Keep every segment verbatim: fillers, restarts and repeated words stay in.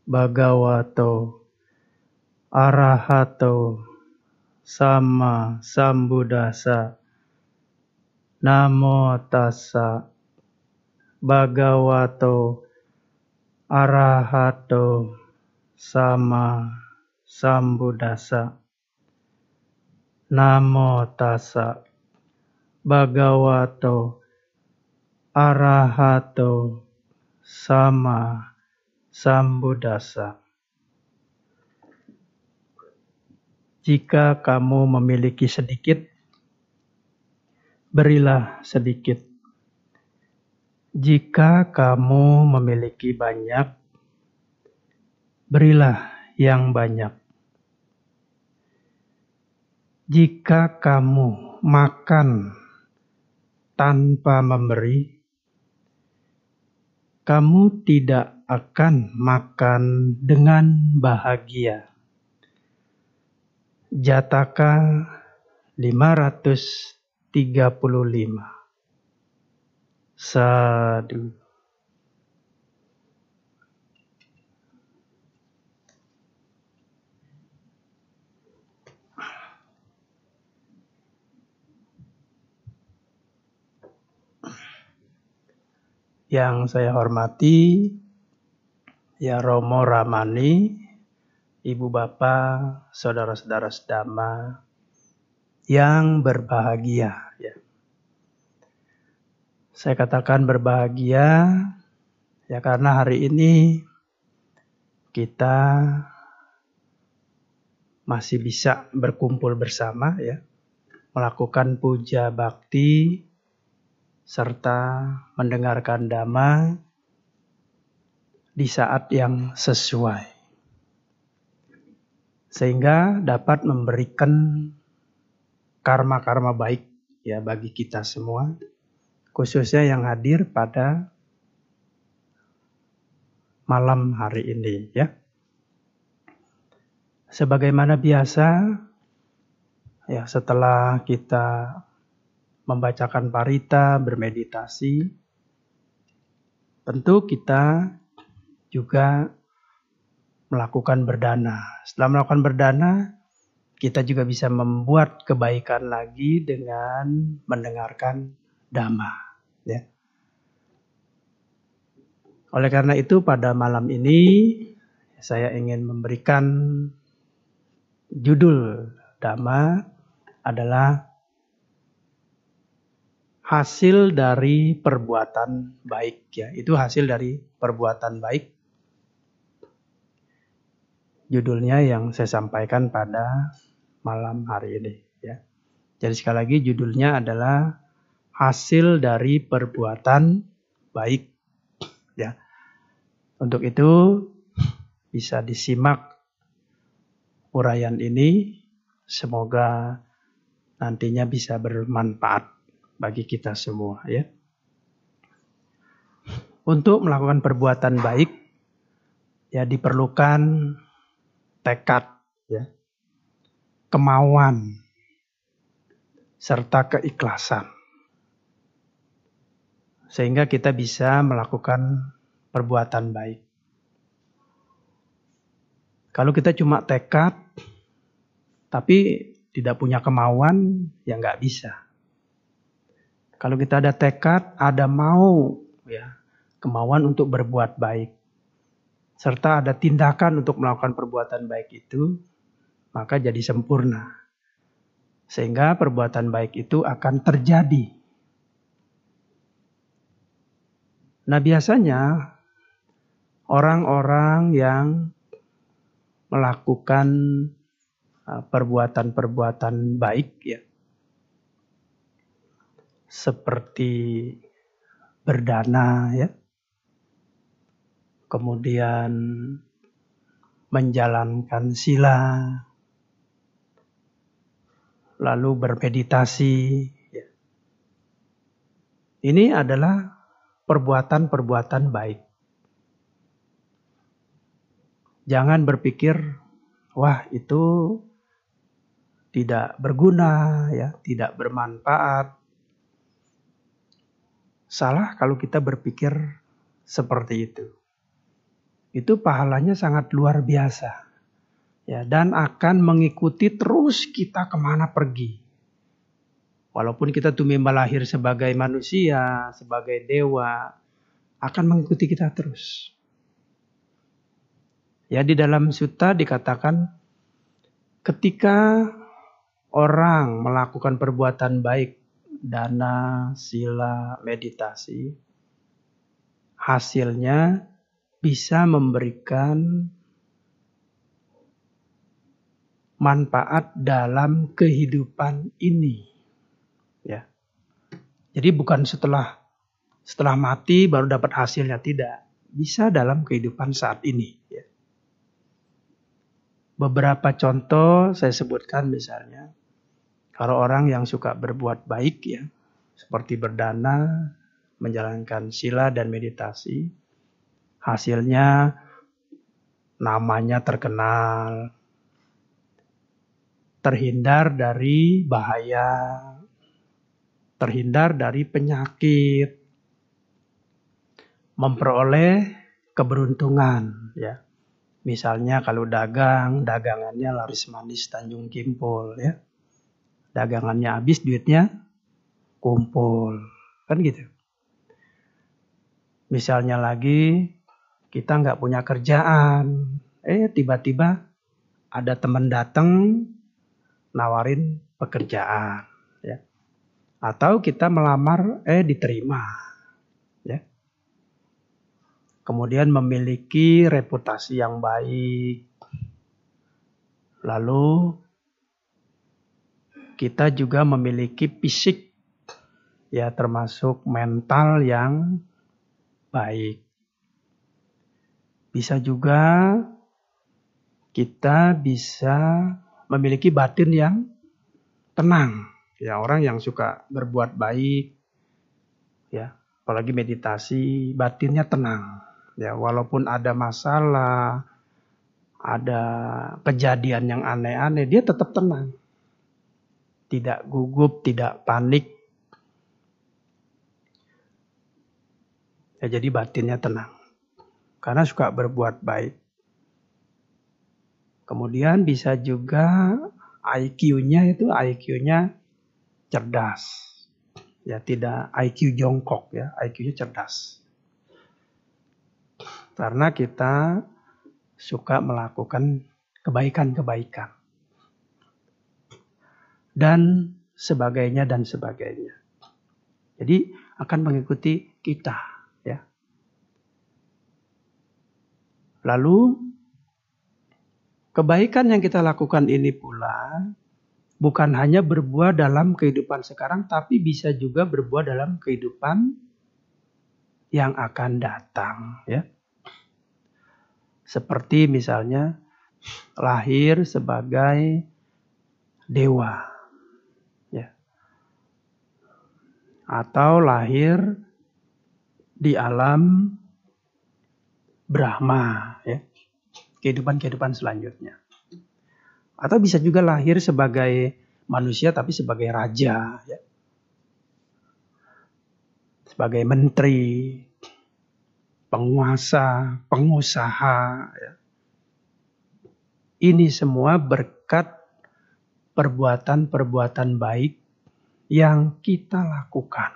Bhagavato Arahato Sama Sambuddhassa. Namo tassa Bhagavato Arahato Sama Sambuddhassa. Namo tassa Bhagavato Arahato Sama Sambuddhassa. Jika kamu memiliki sedikit, berilah sedikit. Jika kamu memiliki banyak, berilah yang banyak. Jika kamu makan tanpa memberi, kamu tidak akan makan dengan bahagia. Jataka lima ratus tiga puluh lima. Sadu. Yang saya hormati, Ya Romo Ramani, Ibu Bapak, Saudara-saudara sedama yang berbahagia. Ya. Saya katakan berbahagia ya karena hari ini kita masih bisa berkumpul bersama ya, melakukan puja bakti serta mendengarkan dhamma di saat yang sesuai. Sehingga dapat memberikan karma-karma baik ya bagi kita semua, khususnya yang hadir pada malam hari ini ya. Sebagaimana biasa ya, setelah kita membacakan parita, bermeditasi, tentu kita juga melakukan berdana. Setelah melakukan berdana, kita juga bisa membuat kebaikan lagi dengan mendengarkan dhamma. Ya. Oleh karena itu pada malam ini saya ingin memberikan judul dhamma adalah hasil dari perbuatan baik ya. Itu hasil dari perbuatan baik. Judulnya yang saya sampaikan pada malam hari ini ya. Jadi sekali lagi judulnya adalah hasil dari perbuatan baik ya. Untuk itu bisa disimak uraian ini, semoga nantinya bisa bermanfaat bagi kita semua ya. Untuk melakukan perbuatan baik ya diperlukan tekad ya, kemauan serta keikhlasan. Sehingga kita bisa melakukan perbuatan baik. Kalau kita cuma tekad tapi tidak punya kemauan ya nggak bisa. Kalau kita ada tekad, ada mau, ya, kemauan untuk berbuat baik, serta ada tindakan untuk melakukan perbuatan baik itu, maka jadi sempurna. Sehingga perbuatan baik itu akan terjadi. Nah biasanya orang-orang yang melakukan perbuatan-perbuatan baik ya, seperti berdana ya, kemudian menjalankan sila, lalu bermeditasi ya. Ini adalah perbuatan-perbuatan baik. Jangan berpikir wah itu tidak berguna ya, tidak bermanfaat. Salah kalau kita berpikir seperti itu. itu pahalanya sangat luar biasa. Ya, dan akan mengikuti terus kita kemana pergi. Walaupun kita tumimba lahir sebagai manusia, sebagai dewa, akan mengikuti kita terus. Ya, di dalam sutta dikatakan ketika orang melakukan perbuatan baik, dana, sila, meditasi, hasilnya bisa memberikan manfaat dalam kehidupan ini. Ya. Jadi bukan setelah setelah mati baru dapat hasilnya, tidak. Bisa dalam kehidupan saat ini. Ya. Beberapa contoh saya sebutkan misalnya, kalau orang yang suka berbuat baik ya, seperti berdana, menjalankan sila dan meditasi, hasilnya namanya terkenal, terhindar dari bahaya, terhindar dari penyakit, memperoleh keberuntungan. Ya, misalnya kalau dagang, dagangannya laris manis Tanjung Kimpul, ya, dagangannya habis, duitnya kumpul, kan gitu. Misalnya lagi kita nggak punya kerjaan, eh tiba-tiba ada teman datang nawarin pekerjaan, ya. Atau kita melamar, eh diterima, ya. Kemudian memiliki reputasi yang baik. Lalu kita juga memiliki fisik, ya, termasuk mental yang baik. Bisa juga kita bisa memiliki batin yang tenang. Ya, orang yang suka berbuat baik, ya, apalagi meditasi, batinnya tenang. Ya, walaupun ada masalah, ada kejadian yang aneh-aneh, dia tetap tenang. Tidak gugup, tidak panik. Ya, jadi batinnya tenang. Karena suka berbuat baik. Kemudian bisa juga I Q-nya itu I Q-nya cerdas. Ya, tidak I Q jongkok, ya, I Q-nya cerdas. Karena kita suka melakukan kebaikan-kebaikan. Dan sebagainya dan sebagainya. Jadi akan mengikuti kita, ya. Lalu kebaikan yang kita lakukan ini pula bukan hanya berbuah dalam kehidupan sekarang, tapi bisa juga berbuah dalam kehidupan yang akan datang, ya. Seperti misalnya lahir sebagai dewa, ya. Atau lahir di alam Brahma, ya. Kehidupan-kehidupan selanjutnya. Atau bisa juga lahir sebagai manusia tapi sebagai raja, ya. Sebagai menteri, penguasa, pengusaha, ya. Ini semua berkat perbuatan-perbuatan baik yang kita lakukan.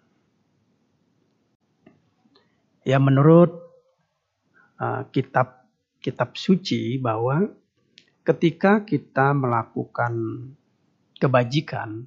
Ya, menurut uh, kitab kitab suci bahwa ketika kita melakukan kebajikan,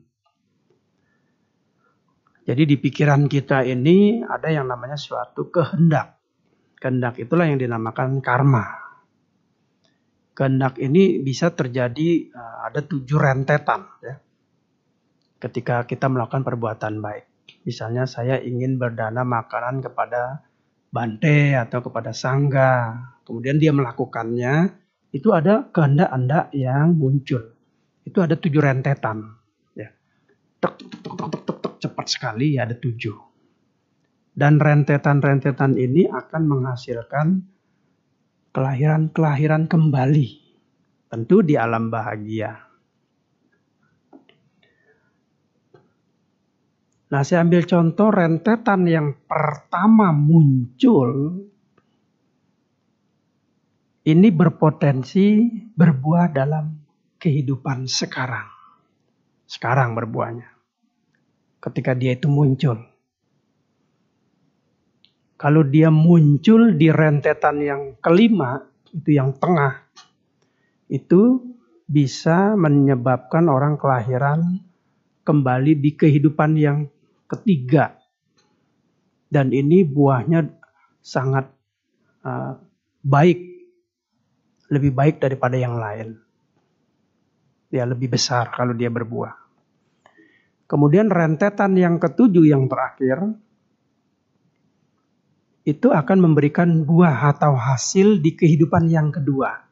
jadi di pikiran kita ini ada yang namanya suatu kehendak. Kehendak itulah yang dinamakan karma. Kehendak ini bisa terjadi, ada tujuh rentetan, ya. Ketika kita melakukan perbuatan baik. Misalnya saya ingin berdana makanan kepada Bante atau kepada Sangga. Kemudian dia melakukannya, itu ada kehendak-kehendak yang muncul. Itu ada tujuh rentetan. Ya. Tek, tek, tek, tek, tek, tek, cepat sekali, ya, ada tujuh. Dan rentetan-rentetan ini akan menghasilkan kelahiran-kelahiran kembali. Tentu di alam bahagia. Nah, saya ambil contoh rentetan yang pertama muncul ini berpotensi berbuah dalam kehidupan sekarang. Sekarang berbuahnya. Ketika dia itu muncul. Kalau dia muncul di rentetan yang kelima, itu yang tengah, itu bisa menyebabkan orang kelahiran kembali di kehidupan yang ketiga. Dan ini buahnya sangat uh, baik. Lebih baik daripada yang lain. Ya, lebih besar kalau dia berbuah. Kemudian rentetan yang ketujuh yang terakhir, itu akan memberikan buah atau hasil di kehidupan yang kedua.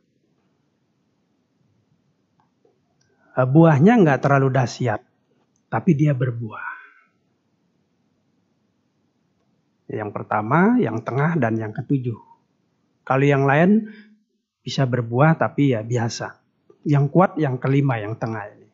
Buahnya nggak terlalu dahsyat, tapi dia berbuah. Yang pertama, yang tengah, dan yang ketujuh. Kalau yang lain bisa berbuah, tapi ya biasa. Yang kuat yang kelima, yang tengah ini.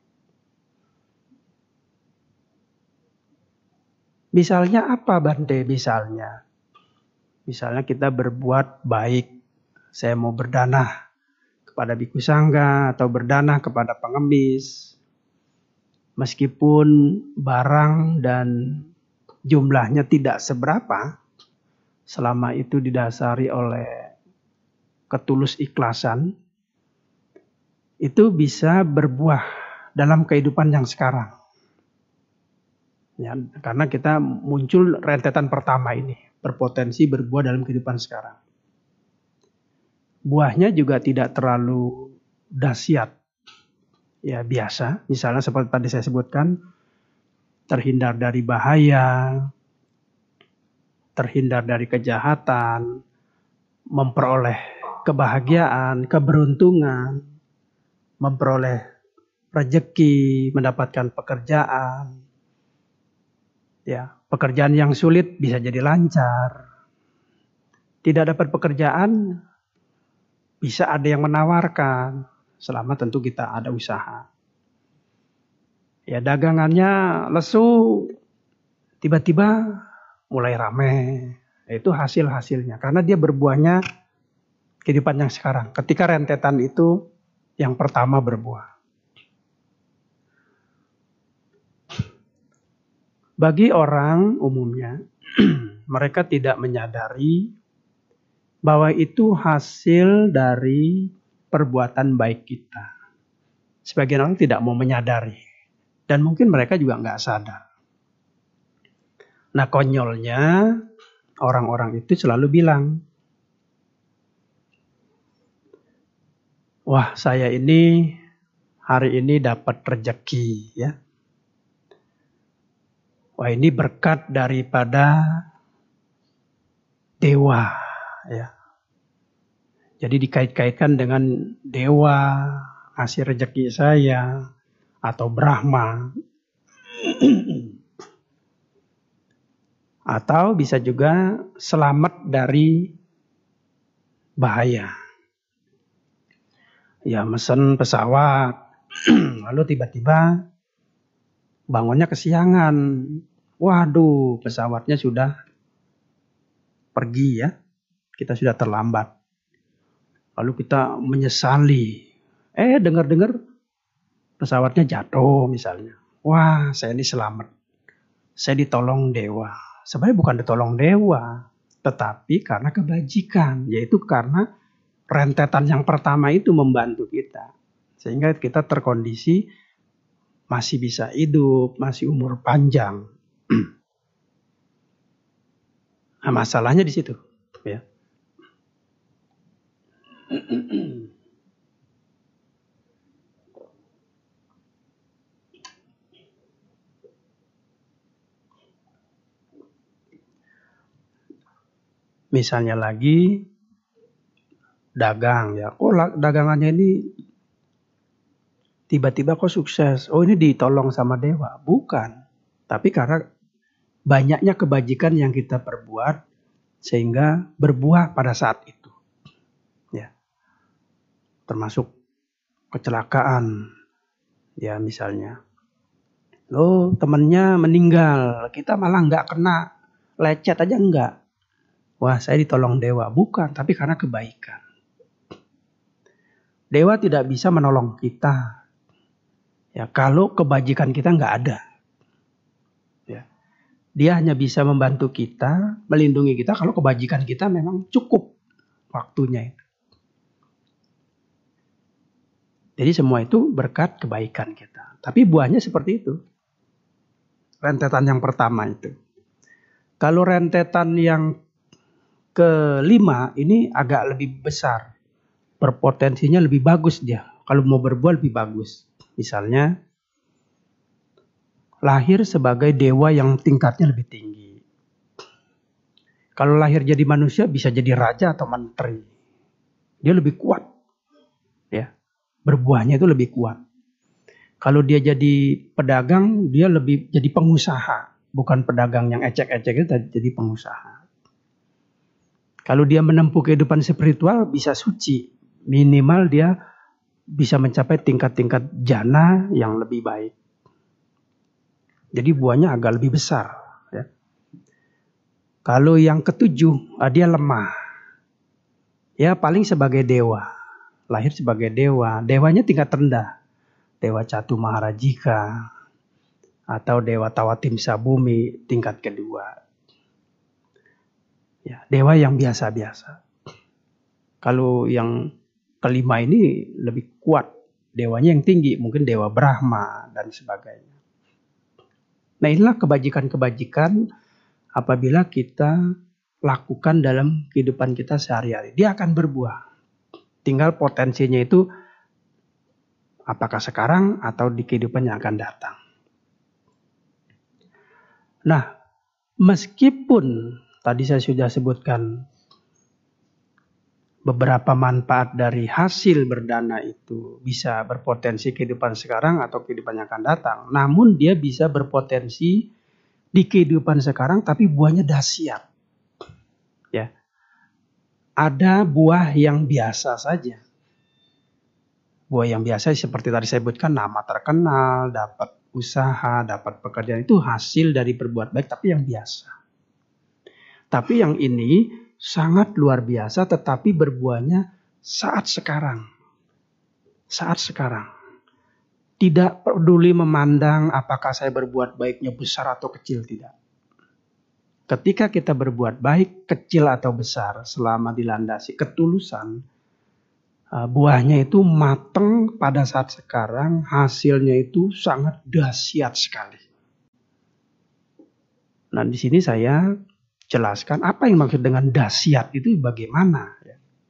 Misalnya apa, Bante? Misalnya. Misalnya kita berbuat baik. Saya mau berdanah kepada biku sangga atau berdanah kepada pengemis. Meskipun barang dan jumlahnya tidak seberapa, selama itu didasari oleh ketulus ikhlasan, itu bisa berbuah dalam kehidupan yang sekarang. Ya, karena kita muncul rentetan pertama ini, berpotensi berbuah dalam kehidupan sekarang. Buahnya juga tidak terlalu dahsyat. Ya biasa, misalnya seperti tadi saya sebutkan, terhindar dari bahaya, terhindar dari kejahatan, memperoleh kebahagiaan, keberuntungan, memperoleh rezeki, mendapatkan pekerjaan. Ya, pekerjaan yang sulit bisa jadi lancar. Tidak dapat pekerjaan, bisa ada yang menawarkan, selama tentu kita ada usaha. Ya, dagangannya lesu, tiba-tiba mulai rame. Itu hasil-hasilnya, karena dia berbuahnya kehidupan yang sekarang. Ketika rentetan itu yang pertama berbuah. Bagi orang umumnya, mereka tidak menyadari bahwa itu hasil dari perbuatan baik kita. Sebagian orang tidak mau menyadari. Dan mungkin mereka juga nggak sadar. Nah, konyolnya orang-orang itu selalu bilang, wah, saya ini hari ini dapat rezeki, ya. Wah, ini berkat daripada dewa, ya. Jadi dikait-kaitkan dengan dewa ngasih rezeki saya atau Brahma. Atau bisa juga selamat dari bahaya. Ya, mesen pesawat, lalu tiba-tiba bangunnya kesiangan. Waduh, pesawatnya sudah pergi, ya. Kita sudah terlambat. Lalu kita menyesali. Eh, dengar-dengar pesawatnya jatuh misalnya. Wah, saya ini selamat. Saya ditolong dewa. Sebenarnya bukan ditolong dewa, tetapi karena kebajikan. Yaitu karena rentetan yang pertama itu membantu kita. Sehingga kita terkondisi masih bisa hidup, masih umur panjang. Nah, masalahnya di situ, ya. Misalnya lagi dagang, ya. Oh, dagangannya ini tiba-tiba kok sukses. Oh, ini ditolong sama dewa. Bukan. Tapi karena banyaknya kebajikan yang kita perbuat sehingga berbuah pada saat itu. Ya. Termasuk kecelakaan. Ya, misalnya. Loh, temannya meninggal. Kita malah nggak kena. Lecet aja enggak. Wah, saya ditolong dewa. Bukan, tapi karena kebaikan. Dewa tidak bisa menolong kita. Ya, kalau kebajikan kita nggak ada. Ya. Dia hanya bisa membantu kita, melindungi kita kalau kebajikan kita memang cukup waktunya itu. Jadi semua itu berkat kebaikan kita. Tapi buahnya seperti itu. Rentetan yang pertama itu. Kalau rentetan yang kelima ini agak lebih besar. Berpotensinya lebih bagus dia. Kalau mau berbuah lebih bagus. Misalnya, lahir sebagai dewa yang tingkatnya lebih tinggi. Kalau lahir jadi manusia bisa jadi raja atau menteri. Dia lebih kuat. Ya. Berbuahnya itu lebih kuat. Kalau dia jadi pedagang, dia lebih jadi pengusaha. Bukan pedagang yang ecek-ecek itu jadi pengusaha. Kalau dia menempuh kehidupan spiritual bisa suci. Minimal dia bisa mencapai tingkat-tingkat jana yang lebih baik. Jadi buahnya agak lebih besar. Ya. Kalau yang ketujuh, dia lemah. Ya paling sebagai dewa. Lahir sebagai dewa. Dewanya tingkat rendah. Dewa Catu Maharajika. Atau Dewa Tawatimsa Bumi tingkat kedua. Ya, dewa yang biasa-biasa. Kalau yang kelima ini lebih kuat. Dewanya yang tinggi. Mungkin Dewa Brahma dan sebagainya. Nah inilah kebajikan-kebajikan apabila kita lakukan dalam kehidupan kita sehari-hari. Dia akan berbuah. Tinggal potensinya itu apakah sekarang atau di kehidupan yang akan datang. Nah, meskipun tadi saya sudah sebutkan beberapa manfaat dari hasil berdana itu bisa berpotensi kehidupan sekarang atau kehidupan yang akan datang. Namun dia bisa berpotensi di kehidupan sekarang tapi buahnya dahsyat. Ya. Ada buah yang biasa saja. Buah yang biasa seperti tadi saya sebutkan, nama terkenal, dapat usaha, dapat pekerjaan, itu hasil dari berbuat baik tapi yang biasa. Tapi yang ini sangat luar biasa tetapi berbuahnya saat sekarang. Saat sekarang. Tidak peduli memandang apakah saya berbuat baiknya besar atau kecil, tidak. Ketika kita berbuat baik, kecil atau besar, selama dilandasi ketulusan, buahnya itu matang pada saat sekarang, hasilnya itu sangat dahsyat sekali. Nah, di sini saya jelaskan apa yang maksud dengan dahsyat itu bagaimana.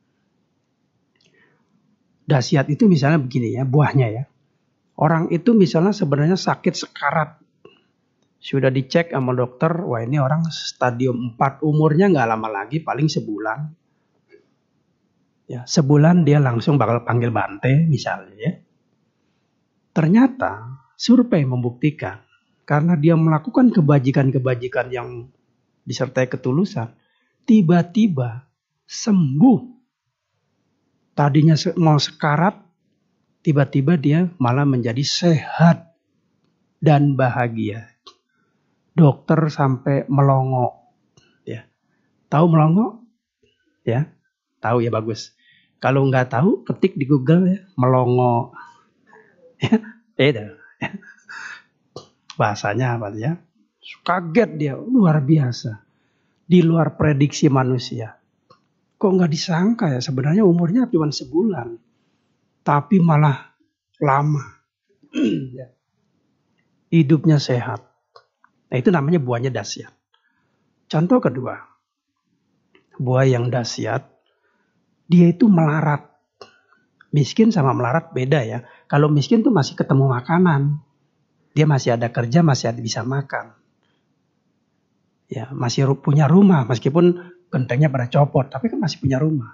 Dahsyat itu misalnya begini ya, buahnya ya. Orang itu misalnya sebenarnya sakit sekarat. Sudah dicek sama dokter, wah ini orang stadium empat, umurnya nggak lama lagi, paling sebulan. Ya, sebulan dia langsung bakal panggil Bante misalnya ya. Ternyata survei membuktikan karena dia melakukan kebajikan-kebajikan yang disertai ketulusan, tiba-tiba sembuh. Tadinya mau sekarat, tiba-tiba dia malah menjadi sehat dan bahagia. Dokter sampai melongo. Ya. Tahu melongo? Ya, tahu ya, bagus. Kalau nggak tahu, ketik di Google ya, melongo. Ya, beda. Ya. Bahasanya apa ya? Kaget dia, luar biasa. Di luar prediksi manusia. Kok nggak disangka ya, sebenarnya umurnya cuma sebulan. Tapi malah lama. Ya. Hidupnya sehat. Nah itu namanya buahnya dahsyat. Contoh kedua. Buah yang dahsyat. Dia itu melarat. Miskin sama melarat beda ya. Kalau miskin tuh masih ketemu makanan. Dia masih ada kerja, masih ada bisa makan. Ya, masih punya rumah. Meskipun gentengnya pada copot. Tapi kan masih punya rumah.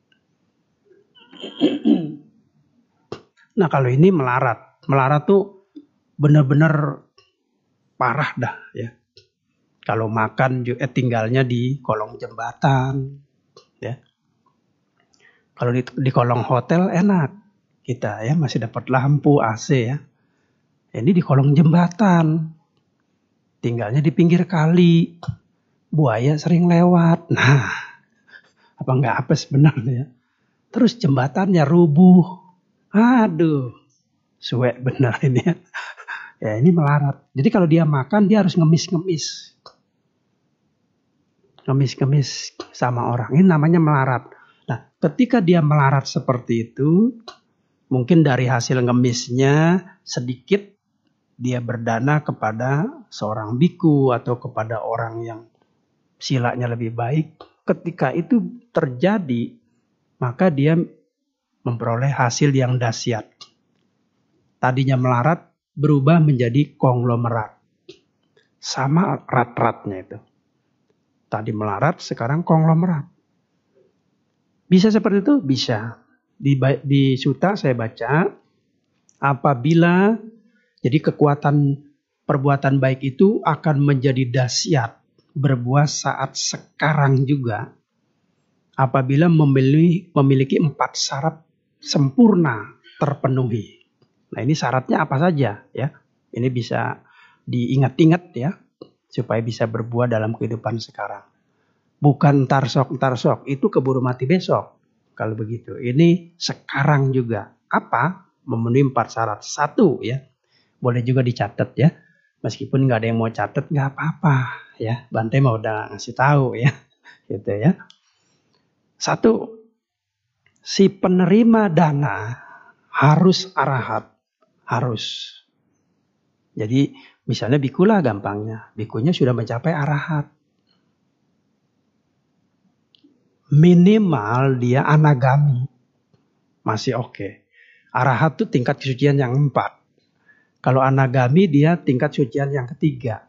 Nah kalau ini melarat. Melarat tuh benar-benar parah dah ya. Kalau makan juga eh, tinggalnya di kolong jembatan ya. Kalau di, di kolong hotel enak kita ya, masih dapat lampu A C ya. Ini di kolong jembatan. Tinggalnya di pinggir kali. Buaya sering lewat. Nah, apa enggak apes benar ya. Terus jembatannya rubuh Aduh, suwe benar ini ya. Ya ini melarat. Jadi kalau dia makan dia harus ngemis-ngemis. Ngemis-ngemis sama orang. Ini namanya melarat. Nah, ketika dia melarat seperti itu, mungkin dari hasil ngemisnya sedikit dia berdana kepada seorang biku atau kepada orang yang silanya lebih baik. Ketika itu terjadi, maka dia memperoleh hasil yang dahsyat. Tadinya melarat berubah menjadi konglomerat. Sama rat-ratnya itu. Tadi melarat, sekarang konglomerat. Bisa seperti itu? Bisa. Di, di Sutta saya baca, apabila jadi kekuatan perbuatan baik itu akan menjadi dahsyat, berbuah saat sekarang juga, apabila memiliki, memiliki empat syarat sempurna terpenuhi. Nah ini syaratnya apa saja ya? Ini bisa diingat-ingat ya, supaya bisa berbuah dalam kehidupan sekarang. Bukan ntar sok, ntar sok. Itu keburu mati besok. Kalau begitu. Ini sekarang juga. Apa? Memenuhi empat syarat. Satu ya. Boleh juga dicatat ya. Meskipun nggak ada yang mau catat, nggak apa-apa ya. Bante mau udah ngasih tahu ya. Gitu ya. Satu. Si penerima dana harus arahat. Harus. Jadi misalnya biku lah gampangnya. Bikunya sudah mencapai arahat. Minimal dia anagami. Masih oke. Okay. Arahat itu tingkat kesucian yang empat. Kalau anagami dia tingkat kesucian yang ketiga.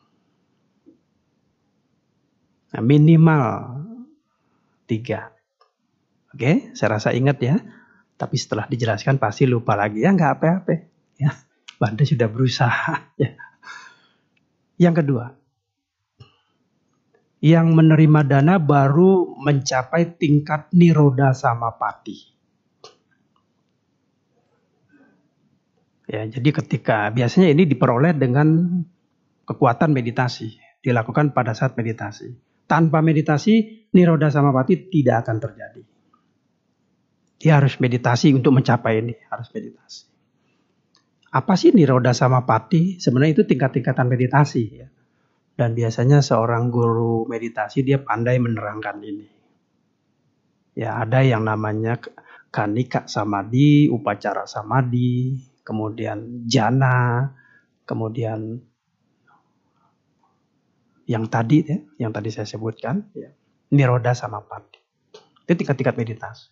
Nah, minimal tiga. Oke, okay? Saya rasa ingat ya. Tapi setelah dijelaskan pasti lupa lagi. Ya nggak apa-apa. Ya, Bante sudah berusaha. Ya. Yang kedua. Yang menerima dana baru mencapai tingkat niroda samapati. Ya, jadi ketika biasanya ini diperoleh dengan kekuatan meditasi, dilakukan pada saat meditasi. Tanpa meditasi, niroda samapati tidak akan terjadi. Dia harus meditasi untuk mencapai ini, harus meditasi. Apa sih niroda samapati? Sebenarnya itu tingkat-tingkatan meditasi ya. Dan biasanya seorang guru meditasi dia pandai menerangkan ini. Ya ada yang namanya kanika samadhi, upacara samadhi, kemudian jana, kemudian yang tadi ya, yang tadi saya sebutkan, ya, niroda samapati. Itu tingkat-tingkat meditasi.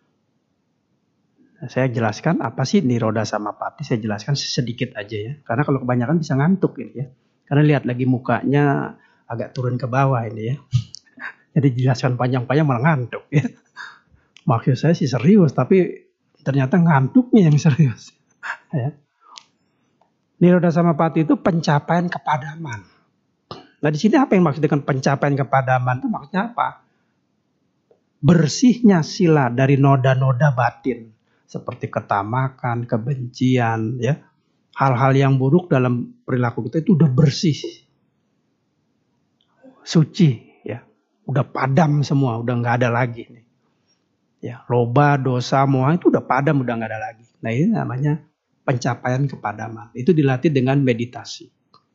Nah, saya jelaskan apa sih niroda samapati, saya jelaskan sedikit aja ya. Karena kalau kebanyakan bisa ngantuk ini ya. Karena lihat lagi mukanya agak turun ke bawah ini ya. Jadi jelaskan panjang-panjang malah ngantuk ya. Maksud saya sih serius, tapi ternyata ngantuknya yang serius. Ya. Niroda samapati itu pencapaian kepadaman. Nah di sini apa yang maksud dengan pencapaian kepadaman? Itu maksudnya apa? Bersihnya sila dari noda-noda batin. Seperti ketamakan, kebencian, ya. Hal-hal yang buruk dalam perilaku kita itu udah bersih. Suci, ya. Udah padam semua, udah nggak ada lagi. Ya, loba, dosa, moha itu udah padam, udah nggak ada lagi. Nah ini namanya pencapaian kepadaman. Itu dilatih dengan meditasi.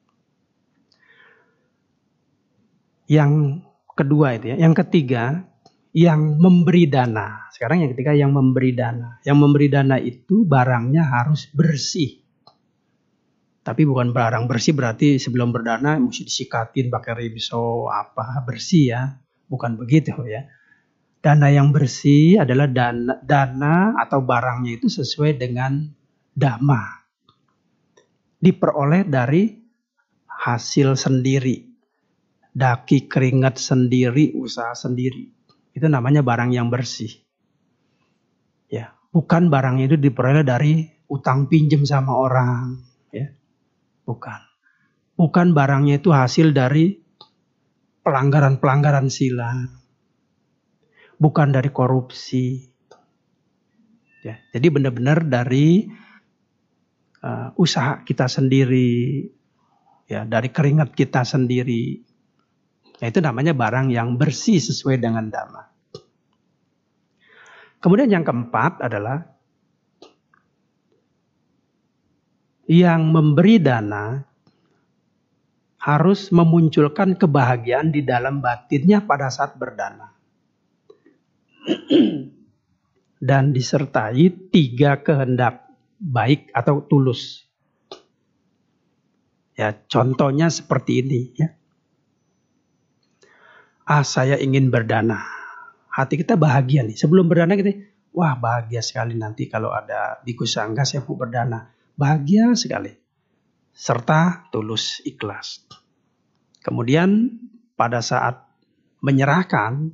Yang kedua itu ya. Yang ketiga, yang memberi dana. Sekarang yang ketiga yang memberi dana. Yang memberi dana itu barangnya harus bersih. Tapi bukan barang bersih berarti sebelum berdana mesti disikatin pakai rimso apa bersih ya. Bukan begitu ya. Dana yang bersih adalah dana, dana atau barangnya itu sesuai dengan dhamma. Diperoleh dari hasil sendiri. Daki keringat sendiri, usaha sendiri. Itu namanya barang yang bersih. Ya, bukan barangnya itu diperoleh dari utang pinjam sama orang, ya. Bukan. Bukan barangnya itu hasil dari pelanggaran-pelanggaran sila. Bukan dari korupsi. Ya, jadi benar-benar dari uh, usaha kita sendiri, ya, dari keringat kita sendiri. Nah, itu namanya barang yang bersih sesuai dengan dhamma. Kemudian yang keempat adalah yang memberi dana harus memunculkan kebahagiaan di dalam batinnya pada saat berdana. Dan disertai tiga kehendak baik atau tulus. Ya, contohnya seperti ini ya. Ah, saya ingin berdana. Hati kita bahagia nih. Sebelum berdana kita, wah bahagia sekali nanti kalau ada biku sangga saya mau berdana. Bahagia sekali. Serta tulus ikhlas. Kemudian pada saat menyerahkan,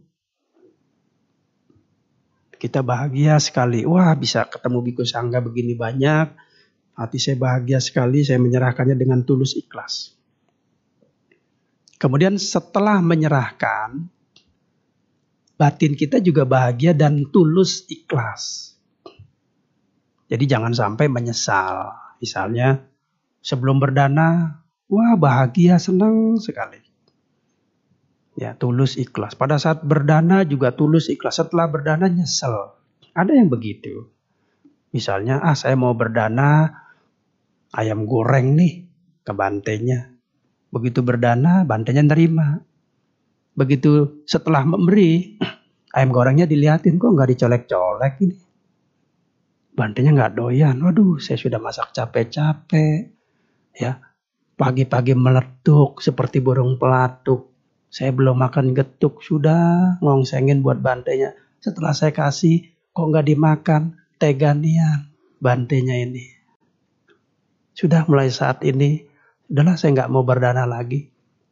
kita bahagia sekali. Wah bisa ketemu biku sangga begini banyak. Hati saya bahagia sekali, saya menyerahkannya dengan tulus ikhlas. Kemudian setelah menyerahkan, batin kita juga bahagia dan tulus ikhlas. Jadi jangan sampai menyesal. Misalnya sebelum berdana, wah bahagia, senang sekali. Ya, tulus ikhlas. Pada saat berdana juga tulus ikhlas. Setelah berdana nyesel. Ada yang begitu. Misalnya, ah saya mau berdana ayam goreng nih ke bantenya. Begitu berdana, bantenya nerima. Begitu setelah memberi, ayam gorengnya dilihatin, kok nggak dicolek-colek ini. Bantenya nggak doyan. Waduh, saya sudah masak capek-capek. Ya, pagi-pagi meletuk seperti burung pelatuk. Saya belum makan getuk, sudah ngongsengin buat bantenya. Setelah saya kasih, kok nggak dimakan? Teganian bantenya ini. Sudah mulai saat ini, udahlah saya nggak mau berdana lagi.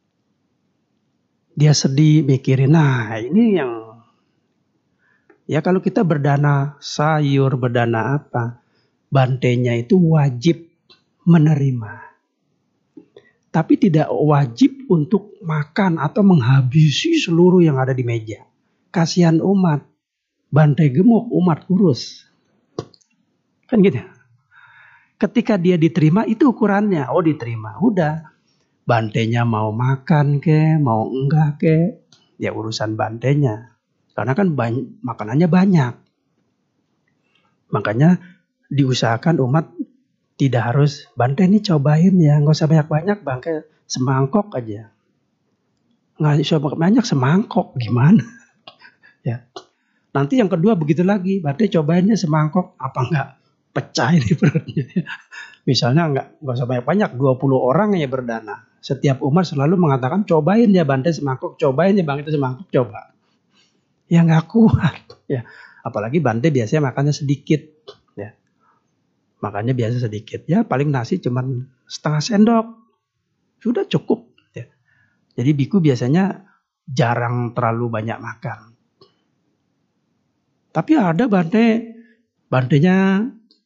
Dia sedih mikirin, nah ini yang, ya kalau kita berdana sayur, berdana apa, bantenya itu wajib menerima. Tapi tidak wajib untuk makan atau menghabisi seluruh yang ada di meja. Kasihan umat, bante gemuk, umat kurus. Kan gitu. Ketika dia diterima itu ukurannya. Oh diterima. Udah. Bantenya mau makan ke, mau enggak ke. Ya urusan bantenya. Karena kan banyak, makanannya banyak. Makanya diusahakan umat tidak harus. Bante ini cobain ya. Nggak usah banyak-banyak. Bangke semangkok aja. Nggak usah banyak semangkok. Gimana? Ya. Nanti yang kedua begitu lagi. Bante cobainnya semangkok. Apa enggak? Pecah ini perutnya. Misalnya enggak, enggak usah banyak-banyak, dua puluh orang ya berdana. Setiap umat selalu mengatakan cobain ya Bante semangkuk, cobain ya Bante semangkuk, coba. Ya enggak kuat. Ya, apalagi Bante biasanya makannya sedikit. Ya, makannya biasa sedikit. Ya paling nasi cuman setengah sendok. Sudah cukup. Ya. Jadi biku biasanya jarang terlalu banyak makan. Tapi ada Bante, Bantenya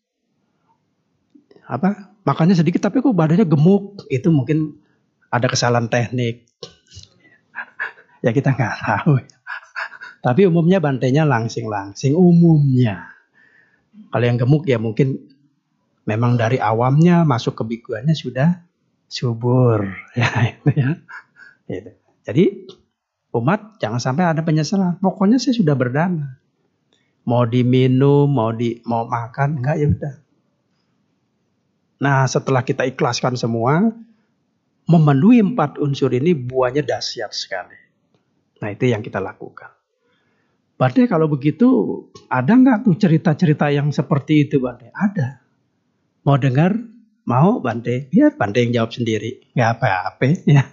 apa makannya sedikit tapi kok badannya gemuk, itu mungkin ada kesalahan teknik. Ya kita nggak tahu. Tapi umumnya bantenya langsing-langsing umumnya. Kalau yang gemuk ya mungkin memang dari awamnya masuk ke bikuannya sudah subur. Ya itu ya. Itu. Jadi umat jangan sampai ada penyesalan. Pokoknya saya sudah berdana. Mau diminum, mau di mau makan enggak ya udah. Nah setelah kita ikhlaskan semua, memenuhi empat unsur ini buahnya dahsyat sekali. Nah itu yang kita lakukan. Bante kalau begitu ada nggak tuh cerita-cerita yang seperti itu Bante? Ada. Mau dengar? Mau Bante? Biar Bante yang jawab sendiri. Nggak apa-apa ya.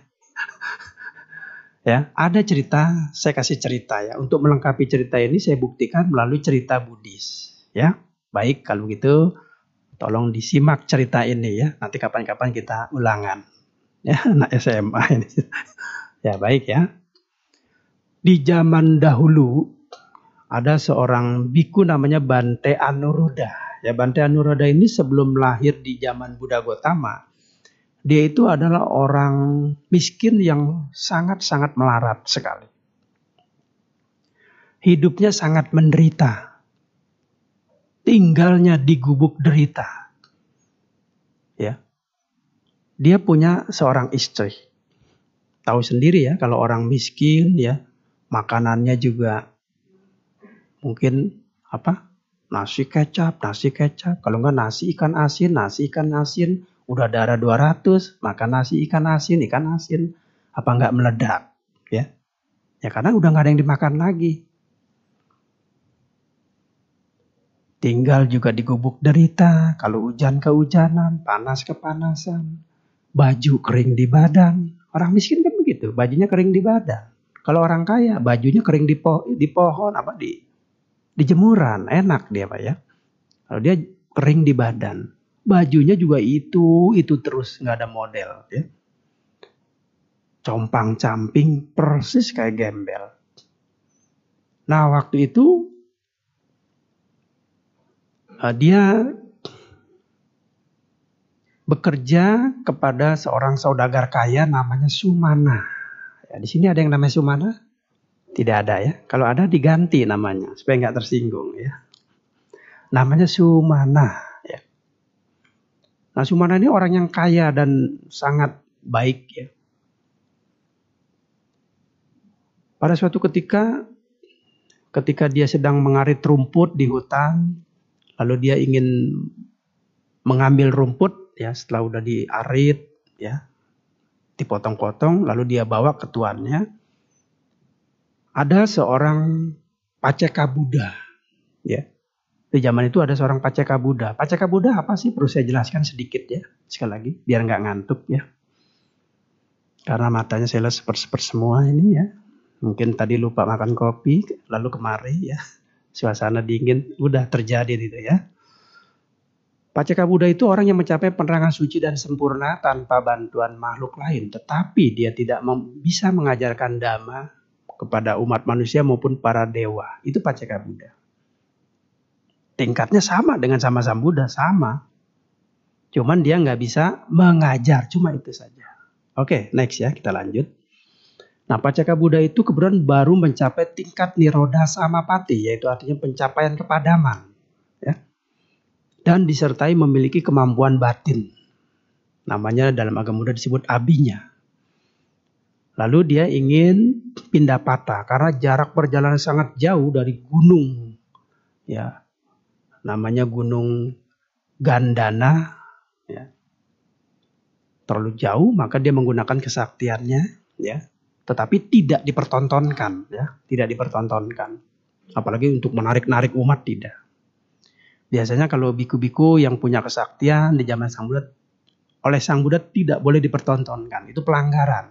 Ya, ada cerita, saya kasih cerita ya. Untuk melengkapi cerita ini saya buktikan melalui cerita Buddhis. Ya, baik kalau gitu. Tolong disimak cerita ini ya. Nanti kapan-kapan kita ulangan. Ya, anak S M A ini. Ya, baik ya. Di zaman dahulu ada seorang biku namanya Bante Anuruddha. Ya, Bante Anuruddha ini sebelum lahir di zaman Buddha Gotama, dia itu adalah orang miskin yang sangat-sangat melarat sekali. Hidupnya sangat menderita. Tinggalnya di gubuk derita. Ya. Dia punya seorang istri. Tahu sendiri ya kalau orang miskin ya, makanannya juga mungkin apa? Nasi kecap, nasi kecap. Kalau enggak nasi ikan asin, nasi ikan asin. Udah darah dua ratus, makan nasi ikan asin, ikan asin. Apa nggak meledak? Ya, ya karena udah nggak ada yang dimakan lagi. Tinggal juga di gubuk derita, kalau hujan kehujanan, panas kepanasan, baju kering di badan. Orang miskin kan begitu, bajunya kering di badan. Kalau orang kaya, bajunya kering di, po di pohon, apa di, di jemuran, enak dia Pak ya. Kalau dia kering di badan, bajunya juga itu, itu terus, nggak ada model ya. Compang-camping, persis kayak gembel. Nah waktu itu, dia bekerja kepada seorang saudagar kaya namanya Sumana. Ya, di sini ada yang namanya Sumana? Tidak ada ya. Kalau ada diganti namanya supaya nggak tersinggung ya. Namanya Sumana. Ya. Nah Sumana ini orang yang kaya dan sangat baik ya. Pada suatu ketika, ketika dia sedang mengarit rumput di hutan, lalu dia ingin mengambil rumput ya setelah udah diarit ya, dipotong-potong, lalu dia bawa ke tuannya. Ada seorang Paceka Buddha ya. Di zaman itu ada seorang Paceka Buddha. Paceka Buddha apa sih? Perlu saya jelaskan sedikit ya, sekali lagi biar nggak ngantuk ya. Karena matanya saya lihat seper-seper semua ini ya. Mungkin tadi lupa makan kopi, lalu kemari ya. Suasana dingin, udah terjadi gitu ya. Paceka Buddha itu orang yang mencapai penerangan suci dan sempurna tanpa bantuan makhluk lain. Tetapi dia tidak bisa mengajarkan dhamma kepada umat manusia maupun para dewa. Itu Paceka Buddha. Tingkatnya sama dengan sama Sang Buddha, sama. Cuman dia nggak bisa mengajar, cuma itu saja. Oke, next ya, kita lanjut. Nah, Paceka Buddha itu kebetulan baru mencapai tingkat Nirodha Samapati, yaitu artinya pencapaian kepadaman. Ya. Dan disertai memiliki kemampuan batin. Namanya dalam agama Buddha disebut abinya. Lalu dia ingin pindah patah karena jarak perjalanan sangat jauh dari gunung. Ya. Namanya Gunung Gandana. Ya. Terlalu jauh, maka dia menggunakan kesaktiannya. Ya. Tetapi tidak dipertontonkan, ya, tidak dipertontonkan. Apalagi untuk menarik-narik umat tidak. Biasanya kalau biku-biku yang punya kesaktian di zaman Sang Buddha, oleh Sang Buddha tidak boleh dipertontonkan, itu pelanggaran.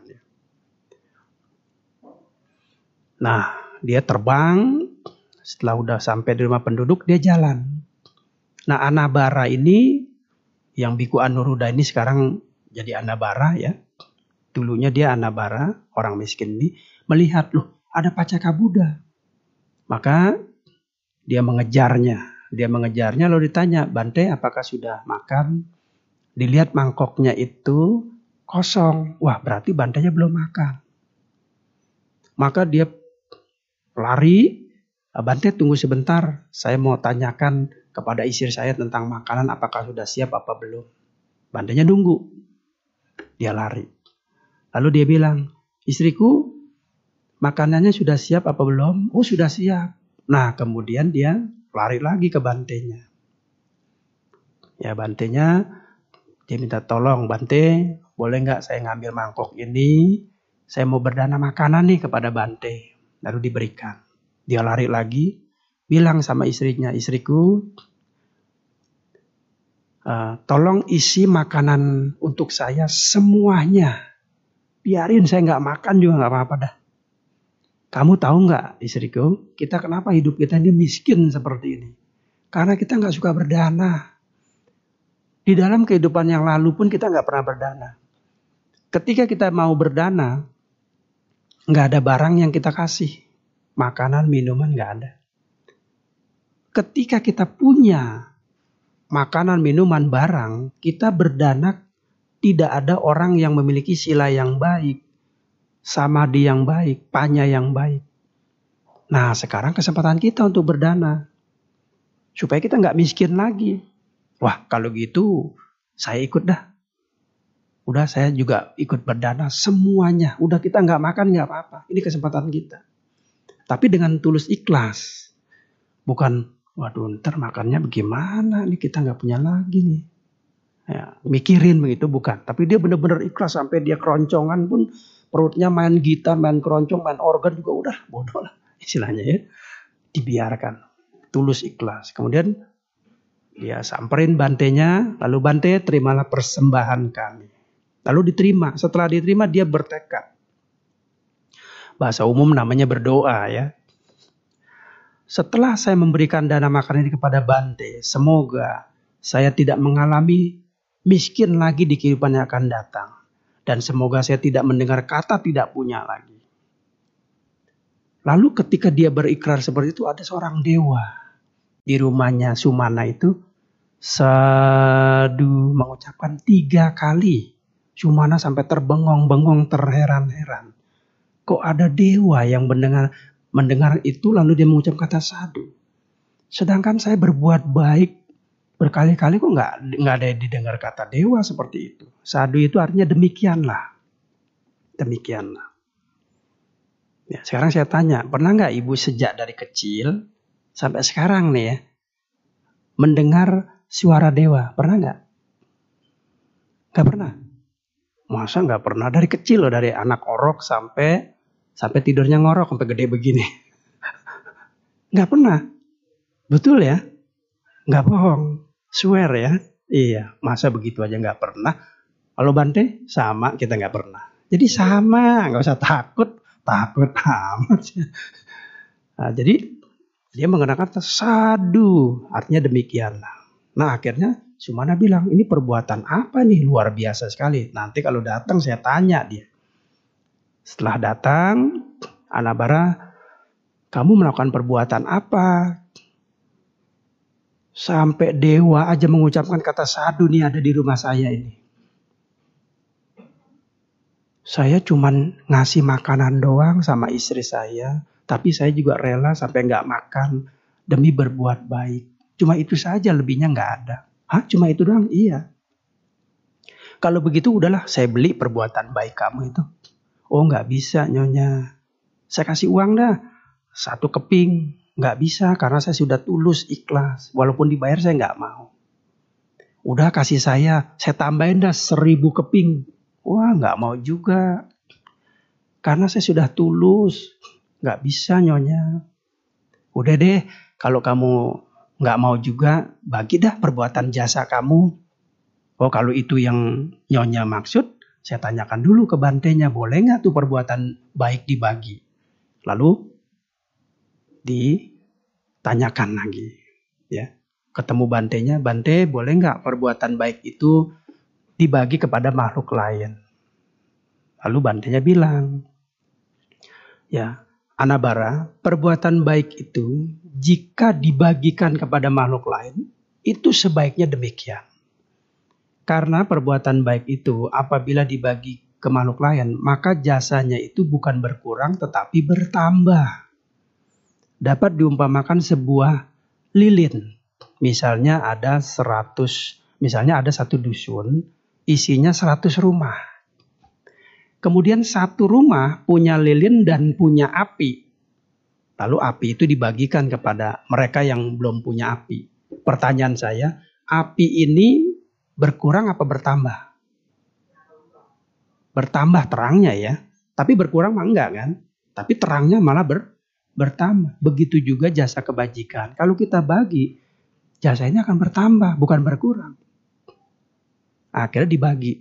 Nah, dia terbang, setelah udah sampai di rumah penduduk dia jalan. Nah, Anabara ini, yang Biku Anuruddha ini sekarang jadi Anabara ya. Dulunya dia Anabara, orang miskin ini, melihat loh ada Paceka Buddha. Maka dia mengejarnya. Dia mengejarnya lalu ditanya, Bante apakah sudah makan? Dilihat mangkoknya itu kosong. Wah berarti Bantenya belum makan. Maka dia lari, Bante tunggu sebentar. Saya mau tanyakan kepada istri saya tentang makanan apakah sudah siap apa belum. Bantenya nunggu. Dia lari. Lalu dia bilang, istriku makanannya sudah siap apa belum? Oh sudah siap. Nah kemudian dia lari lagi ke Bantenya. Ya Bantenya, dia minta tolong, Bante boleh nggak saya ngambil mangkok ini? Saya mau berdana makanan nih kepada Bante. Lalu diberikan. Dia lari lagi, bilang sama istrinya, istriku uh, tolong isi makanan untuk saya semuanya. Biarin saya nggak makan juga nggak apa-apa dah. Kamu tahu nggak istriku, kita kenapa hidup kita ini miskin seperti ini? Karena kita nggak suka berdana. Di dalam kehidupan yang lalu pun kita nggak pernah berdana. Ketika kita mau berdana, nggak ada barang yang kita kasih, makanan, minuman nggak ada. Ketika kita punya makanan, minuman, barang, kita berdana. Tidak ada orang yang memiliki sila yang baik, samadhi yang baik, panya yang baik. Nah sekarang kesempatan kita untuk berdana. Supaya kita nggak miskin lagi. Wah kalau gitu saya ikut dah. Udah saya juga ikut berdana semuanya. Udah kita nggak makan nggak apa-apa. Ini kesempatan kita. Tapi dengan tulus ikhlas. Bukan waduh ntar makannya bagaimana nih kita nggak punya lagi nih. Ya, mikirin begitu bukan. Tapi dia benar-benar ikhlas sampai dia keroncongan pun perutnya main gitar, main keroncong, main organ juga udah bodoh lah istilahnya ya. Dibiarkan. Tulus ikhlas. Kemudian dia samperin bantenya, lalu Bante terimalah persembahan kami. Lalu diterima. Setelah diterima dia bertekad. Bahasa umum namanya berdoa ya. Setelah saya memberikan dana makan ini kepada Bante, semoga saya tidak mengalami miskin lagi di kehidupan yang akan datang. Dan semoga saya tidak mendengar kata tidak punya lagi. Lalu ketika dia berikrar seperti itu, ada seorang dewa di rumahnya Sumana itu. Sadu mengucapkan tiga kali. Sumana sampai terbengong-bengong, terheran-heran. Kok ada dewa yang mendengar, mendengar itu lalu dia mengucap kata sadu. Sedangkan saya berbuat baik berkali-kali kok nggak nggak ada yang didengar kata dewa seperti itu. Sadu itu artinya demikianlah, demikianlah. Ya, sekarang saya tanya, pernah nggak ibu sejak dari kecil sampai sekarang nih ya mendengar suara dewa? Pernah nggak? Nggak pernah. Masa nggak pernah? Dari kecil loh, dari anak orok sampai sampai tidurnya ngorok sampai gede begini. Nggak pernah. Betul ya? Nggak bohong. Swear ya. Iya, masa begitu aja nggak pernah. Kalau Bante sama, kita nggak pernah. Jadi sama, nggak usah takut, takut amat. Nah, jadi dia mengenakan sadu, artinya demikianlah. Nah akhirnya Sumana bilang, ini perbuatan apa nih, luar biasa sekali. Nanti kalau datang saya tanya dia. Setelah datang, Anabara, kamu melakukan perbuatan apa? Sampai dewa aja mengucapkan kata sadu nih ada di rumah saya ini. Saya cuman ngasih makanan doang sama istri saya. Tapi saya juga rela sampai nggak makan demi berbuat baik. Cuma itu saja, lebihnya nggak ada. Hah, cuma itu doang? Iya. Kalau begitu udahlah saya beli perbuatan baik kamu itu. Oh nggak bisa Nyonya. Saya kasih uang dah. Satu keping. Nggak bisa karena saya sudah tulus ikhlas. Walaupun dibayar saya nggak mau. Udah kasih saya. Saya tambahin dah seribu keping. Wah nggak mau juga. Karena saya sudah tulus. Nggak bisa Nyonya. Udah deh. Kalau kamu nggak mau juga. Bagi dah perbuatan jasa kamu. Oh kalau itu yang Nyonya maksud. Saya tanyakan dulu ke Bantenya. Boleh nggak tuh perbuatan baik dibagi? Lalu ditanyakan lagi, ya, ketemu Bantenya, Bante boleh nggak perbuatan baik itu dibagi kepada makhluk lain? Lalu Bantenya bilang, ya Anabara, perbuatan baik itu jika dibagikan kepada makhluk lain itu sebaiknya demikian. Karena perbuatan baik itu apabila dibagi ke makhluk lain maka jasanya itu bukan berkurang tetapi bertambah. Dapat diumpamakan sebuah lilin. Misalnya ada seratus, misalnya ada satu dusun, isinya seratus rumah. Kemudian satu rumah punya lilin dan punya api. Lalu api itu dibagikan kepada mereka yang belum punya api. Pertanyaan saya, api ini berkurang apa bertambah? Bertambah terangnya ya. Tapi berkurang mah enggak kan? Tapi terangnya malah ber bertambah. Begitu juga jasa kebajikan. Kalau kita bagi, jasa ini akan bertambah, bukan berkurang. Akhirnya dibagi.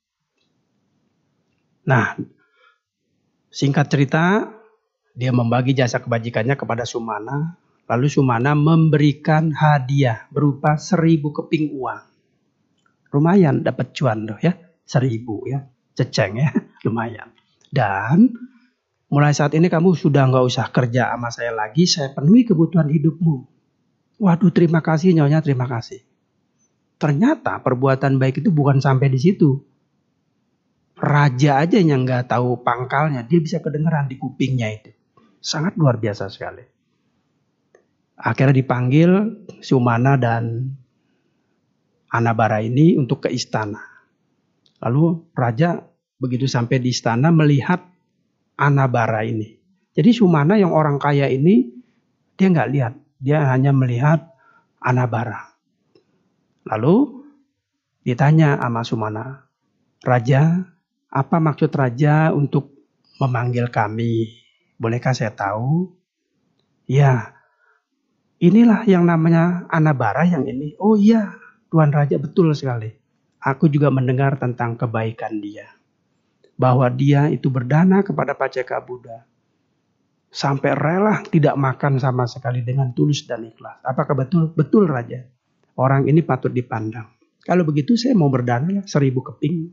Nah, singkat cerita, dia membagi jasa kebajikannya kepada Sumana. Lalu Sumana memberikan hadiah berupa seribu keping uang. Lumayan dapat cuan loh ya, seribu ya, ceceng ya, lumayan. Dan mulai saat ini kamu sudah nggak usah kerja sama saya lagi, saya penuhi kebutuhan hidupmu. Waduh, terima kasih Nyonya, terima kasih. Ternyata perbuatan baik itu bukan sampai di situ. Raja aja yang nggak tahu pangkalnya, dia bisa kedengeran di kupingnya itu. Sangat luar biasa sekali. Akhirnya dipanggil Sumana dan Anabara ini untuk ke istana. Lalu raja begitu sampai di istana melihat Anabara ini. Jadi Sumana yang orang kaya ini dia nggak lihat, dia hanya melihat Anabara. Lalu Ditanya sama Sumana, Raja, apa maksud Raja untuk memanggil kami? Bolehkah saya tahu? Ya, inilah yang namanya Anabara yang ini. Oh iya, Tuan Raja, betul sekali. Aku juga mendengar tentang kebaikan dia. Bahwa dia itu berdana kepada Paceka Buddha. Sampai rela tidak makan sama sekali dengan tulus dan ikhlas. Apakah betul? Betul Raja. Orang ini patut dipandang. Kalau begitu saya mau berdana seribu keping.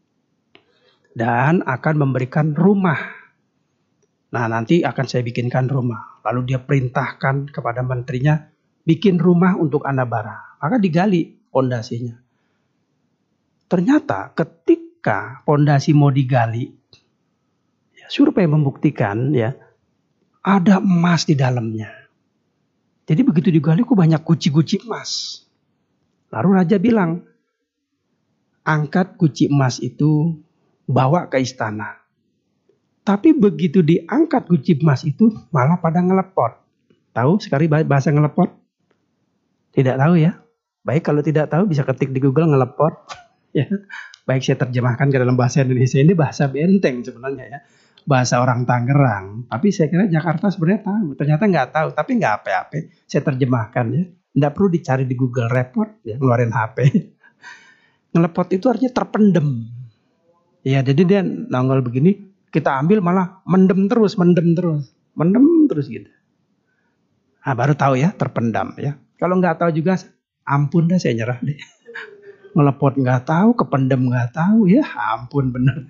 Dan akan memberikan rumah. Nah nanti akan saya bikinkan rumah. Lalu dia perintahkan kepada menterinya bikin rumah untuk Anabara. Maka digali pondasinya. Ternyata ketika pondasi mau digali, ya, survei membuktikan ya ada emas di dalamnya. Jadi begitu digali kok banyak guci-guci emas. Lalu Raja bilang, angkat guci emas itu bawa ke istana. Tapi begitu diangkat guci emas itu malah pada ngelepot. Tahu sekali bahasa ngelepot? Tidak tahu ya? Baik kalau tidak tahu bisa ketik di Google ngelepot. Ya, baik saya terjemahkan ke dalam bahasa Indonesia. Ini bahasa benteng sebenarnya ya. Bahasa orang Tangerang. Tapi saya kira Jakarta sebenarnya tahu. Ternyata nggak tahu. Tapi nggak apa-apa. Saya terjemahkan ya. Nggak perlu dicari di Google Report. Ya, ngeluarin H P. Ngelepot itu artinya terpendem. Ya, jadi dia nongol begini. Kita ambil malah mendem terus. Mendem terus. Mendem terus gitu. Nah, baru tahu ya terpendam ya. Kalau nggak tahu juga ampun dah saya nyerah deh. Ngelepot nggak tahu, kependem nggak tahu, ya ampun bener.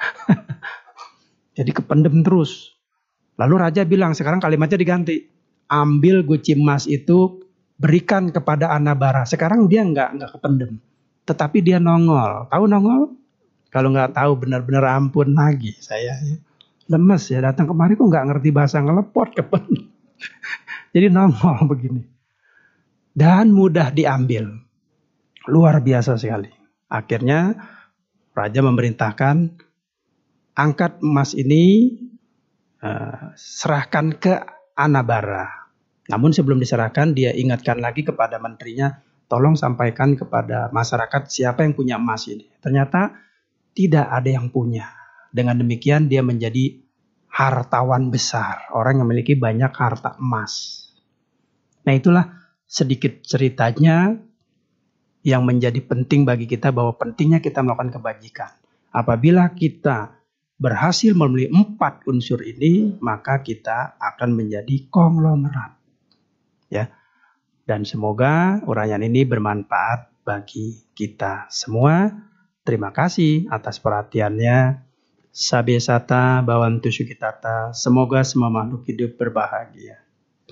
Jadi kependem terus. Lalu Raja bilang, sekarang kalimatnya diganti. Ambil guci emas itu, berikan kepada Anabara. Sekarang dia nggak nggak kependem, tetapi dia nongol. Tahu nongol? Kalau nggak tahu benar-benar ampun lagi saya. Ya. Lemes ya, datang kemari kok nggak ngerti bahasa ngelepot kependem. Jadi nongol begini. Dan mudah diambil. Luar biasa sekali. Akhirnya Raja memerintahkan angkat emas ini uh, serahkan ke Anabara. Namun sebelum diserahkan dia ingatkan lagi kepada menterinya, tolong sampaikan kepada masyarakat siapa yang punya emas ini. Ternyata tidak ada yang punya. Dengan demikian dia menjadi hartawan besar, orang yang memiliki banyak harta emas. Nah itulah sedikit ceritanya yang menjadi penting bagi kita bahwa pentingnya kita melakukan kebajikan. Apabila kita berhasil memenuhi empat unsur ini, maka kita akan menjadi konglomerat. Ya. Dan semoga uraian ini bermanfaat bagi kita semua. Terima kasih atas perhatiannya. Sabe sata bawantu sukitata. Semoga semua makhluk hidup berbahagia.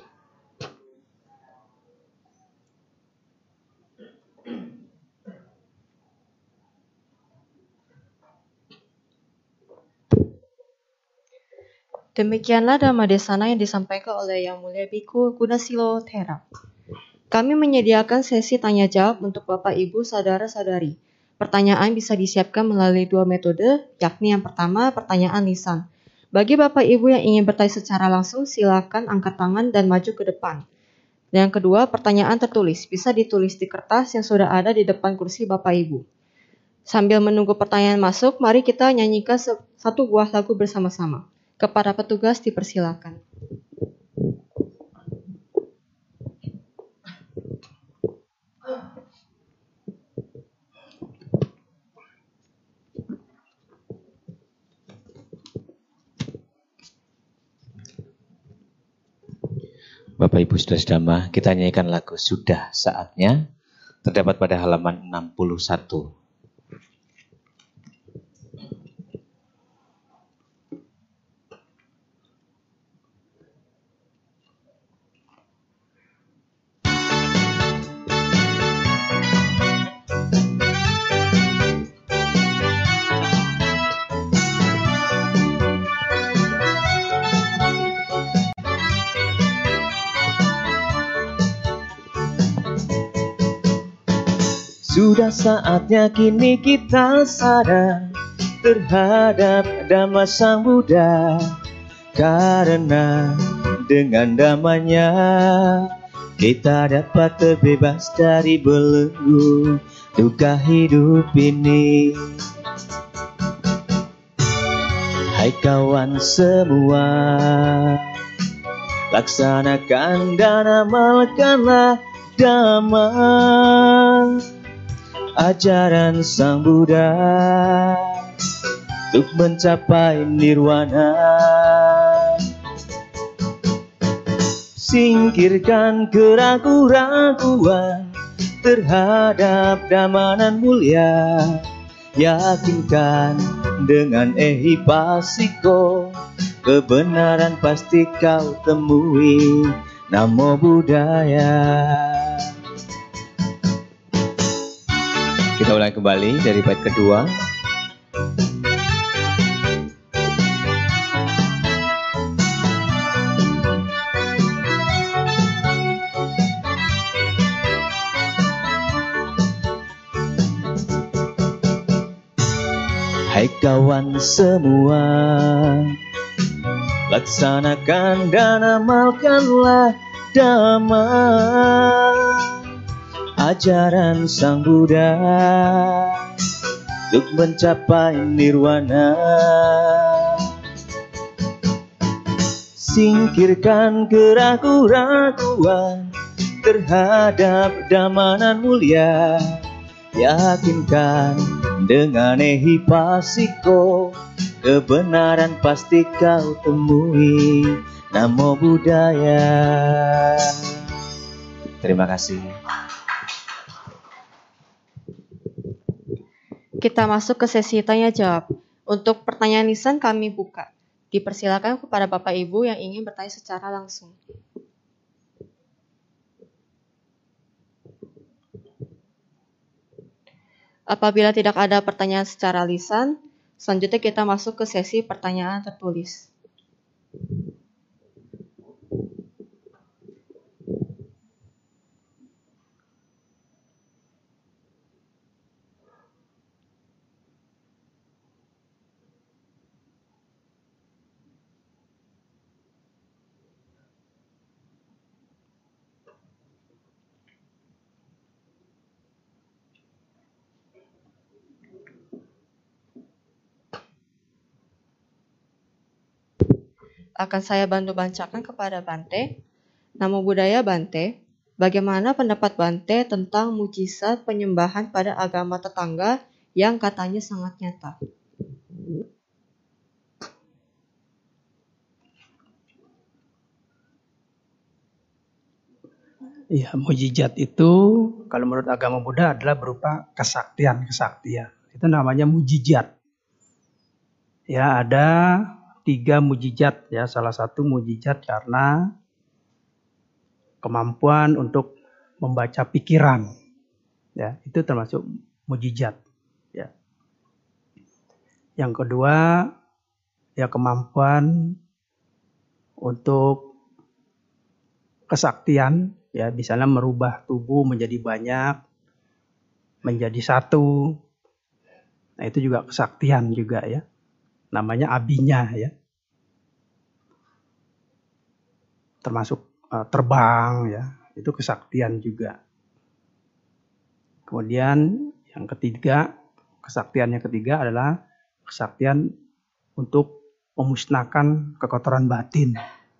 Demikianlah Dhammadesana yang disampaikan oleh Yang Mulia Bhikkhu Gunasilo Thera. Kami menyediakan sesi tanya jawab untuk Bapak Ibu Saudara-saudari. Pertanyaan bisa disiapkan melalui dua metode, yakni yang pertama pertanyaan lisan. Bagi Bapak Ibu yang ingin bertanya secara langsung, silakan angkat tangan dan maju ke depan. Dan yang kedua, pertanyaan tertulis. Bisa ditulis di kertas yang sudah ada di depan kursi Bapak Ibu. Sambil menunggu pertanyaan masuk, mari kita nyanyikan satu buah lagu bersama-sama. Kepada petugas dipersilakan. Bapak Ibu Saudara-saudara, kita nyanyikan lagu Sudah Saatnya, terdapat pada halaman enam puluh satu. Sudah saatnya kini kita sadar terhadap Dhamma Sang Buddha, karena dengan Dhammanya kita dapat terbebas dari belenggu duka hidup ini. Hai kawan semua, laksanakan dan amalkanlah Dhamma, ajaran Sang Buddha untuk mencapai nirwana. Singkirkan keraguan-raguan terhadap Dhamma nan mulia. Yakinkan dengan ehipasiko, kebenaran pasti kau temui. Namo Buddhaya. Kita ulang kembali dari bait kedua. Hai kawan semua, laksanakan dan amalkanlah Dhamma, ajaran Sang Buddha untuk mencapai nirwana. Singkirkan keraguan-raguan terhadap Dhamma nan mulia. Yakinkan dengan ehipasiko, kebenaran pasti kau temui. Namo Buddhaya. Terima kasih. Kita masuk ke sesi tanya jawab. Untuk pertanyaan lisan kami buka. Dipersilakan kepada Bapak Ibu yang ingin bertanya secara langsung. Apabila tidak ada pertanyaan secara lisan, selanjutnya kita masuk ke sesi pertanyaan tertulis. Akan saya bantu bacakan kepada Bante. Namo Buddhaya Bante. Bagaimana pendapat Bante tentang mujizat penyembahan pada agama tetangga yang katanya sangat nyata? Ya, mujizat itu kalau menurut agama Buddha adalah berupa kesaktian-kesaktian. Itu namanya mujizat. Ya, ada tiga mujizat ya. Salah satu mujizat karena kemampuan untuk membaca pikiran. Ya, itu termasuk mujizat ya. Yang kedua ya kemampuan untuk kesaktian ya, misalnya merubah tubuh menjadi banyak, menjadi satu. Nah, itu juga kesaktian juga ya. Namanya abinya ya. Termasuk uh, terbang ya, itu kesaktian juga. Kemudian yang ketiga, kesaktian yang ketiga adalah kesaktian untuk memusnahkan kekotoran batin.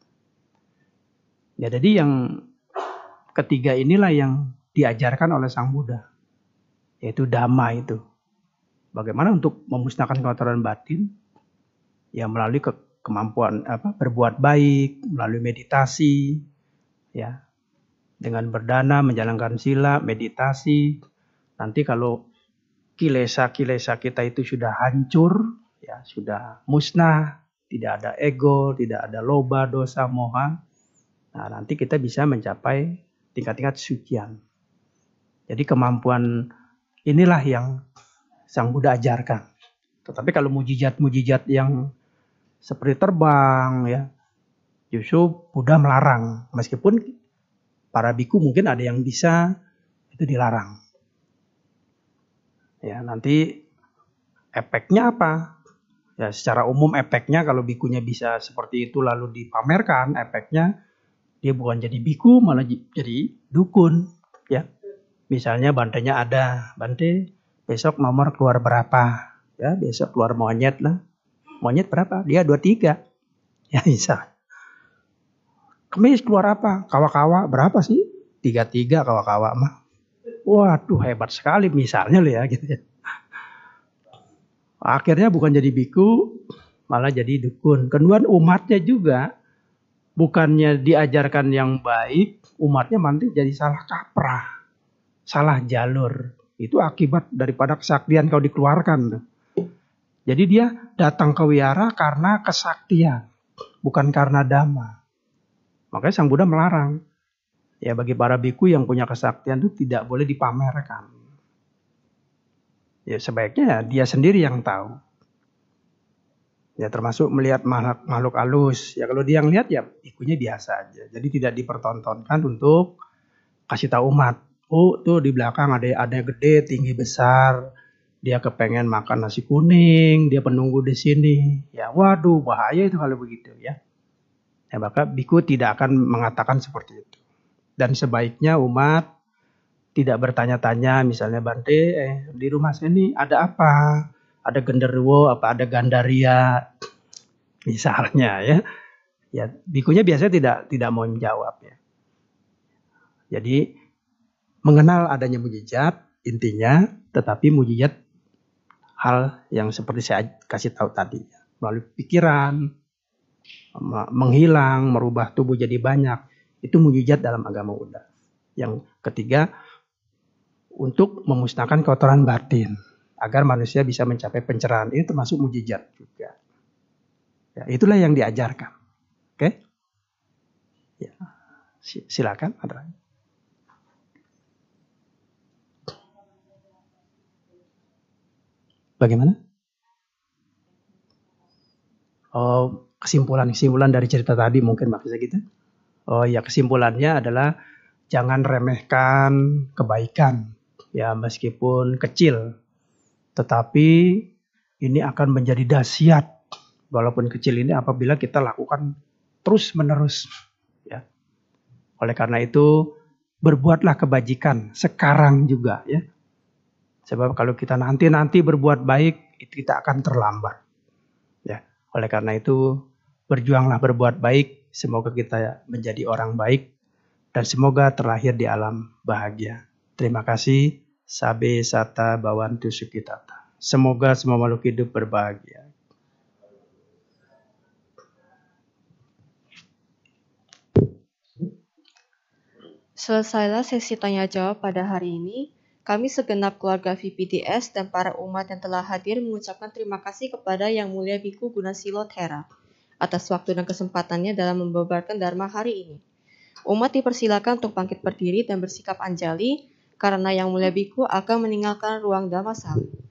Ya, jadi yang ketiga inilah yang diajarkan oleh Sang Buddha, yaitu Dhamma itu. Bagaimana untuk memusnahkan kekotoran batin? Ya melalui ke, kemampuan apa berbuat baik, melalui meditasi, ya dengan berdana, menjalankan sila, meditasi. Nanti kalau kilesa-kilesa kita itu sudah hancur, ya sudah musnah, tidak ada ego, tidak ada loba, dosa, moha. Nah, nanti kita bisa mencapai tingkat-tingkat sucian. Jadi kemampuan inilah yang Sang Buddha ajarkan. Tetapi kalau mujizat-mujizat yang seperti terbang ya, justru Buddha melarang. Meskipun para biku mungkin ada yang bisa, itu dilarang. Ya, nanti efeknya apa? Ya, secara umum efeknya kalau bikunya bisa seperti itu lalu dipamerkan, efeknya dia bukan jadi biku malah jadi dukun, ya. Misalnya bantenya ada, Bante besok nomor keluar berapa? Ya, besok keluar monyet lah. Monyet berapa? Dia dua puluh tiga. Ya bisa. Kemis keluar apa? Kawa-kawa berapa sih? tiga puluh tiga kawa-kawa mah. Waduh hebat sekali misalnya loh ya gitu ya. Akhirnya bukan jadi biku, malah jadi dukun. Kedua umatnya juga bukannya diajarkan yang baik, umatnya nanti jadi salah kaprah, salah jalur. Itu akibat daripada kesaktian kau dikeluarkan. Jadi dia datang ke wihara karena kesaktian, bukan karena dhamma. Makanya Sang Buddha melarang. Ya bagi para biku yang punya kesaktian itu tidak boleh dipamerkan. Ya sebaiknya dia sendiri yang tahu. Ya termasuk melihat makhluk, makhluk halus. Ya kalau dia yang lihat ya bikunya biasa aja. Jadi tidak dipertontonkan untuk kasih tahu umat. Oh tuh di belakang ada ada yang gede, tinggi, besar. Dia kepengen makan nasi kuning, dia penunggu di sini. Ya waduh bahaya itu kalau begitu ya. Ya maka biku tidak akan mengatakan seperti itu. Dan sebaiknya umat tidak bertanya-tanya misalnya Bante eh, di rumah saya ini ada apa? Ada genderuwo, apa ada gandaria misalnya ya. Ya bikunya biasanya tidak tidak mau menjawab ya. Jadi mengenal adanya mujizat intinya, tetapi mujizat hal yang seperti saya kasih tahu tadi, melalui pikiran, menghilang, merubah tubuh jadi banyak, itu mujizat dalam agama Buddha. Yang ketiga, untuk memusnahkan kotoran batin, agar manusia bisa mencapai pencerahan, ini termasuk mujizat juga. Ya, itulah yang diajarkan. Oke? Ya, silakan ada. Bagaimana? Oh, kesimpulan-kesimpulan dari cerita tadi mungkin maksudnya gitu. Oh ya, kesimpulannya adalah jangan remehkan kebaikan. Ya meskipun kecil. Tetapi ini akan menjadi dahsyat. Walaupun kecil ini apabila kita lakukan terus menerus. Ya. Oleh karena itu berbuatlah kebajikan sekarang juga ya. Sebab kalau kita nanti-nanti berbuat baik, itu kita akan terlambat. Ya, oleh karena itu berjuanglah berbuat baik. Semoga kita menjadi orang baik dan semoga terlahir di alam bahagia. Terima kasih. Sabe sata bawantu sukitata. Semoga semua makhluk hidup berbahagia. Selesailah sesi tanya jawab pada hari ini. Kami segenap keluarga V P D S dan para umat yang telah hadir mengucapkan terima kasih kepada Yang Mulia Biku Gunasilo Thera atas waktu dan kesempatannya dalam membabarkan Dharma hari ini. Umat dipersilakan untuk bangkit berdiri dan bersikap anjali karena Yang Mulia Biku akan meninggalkan ruang Dhammasala.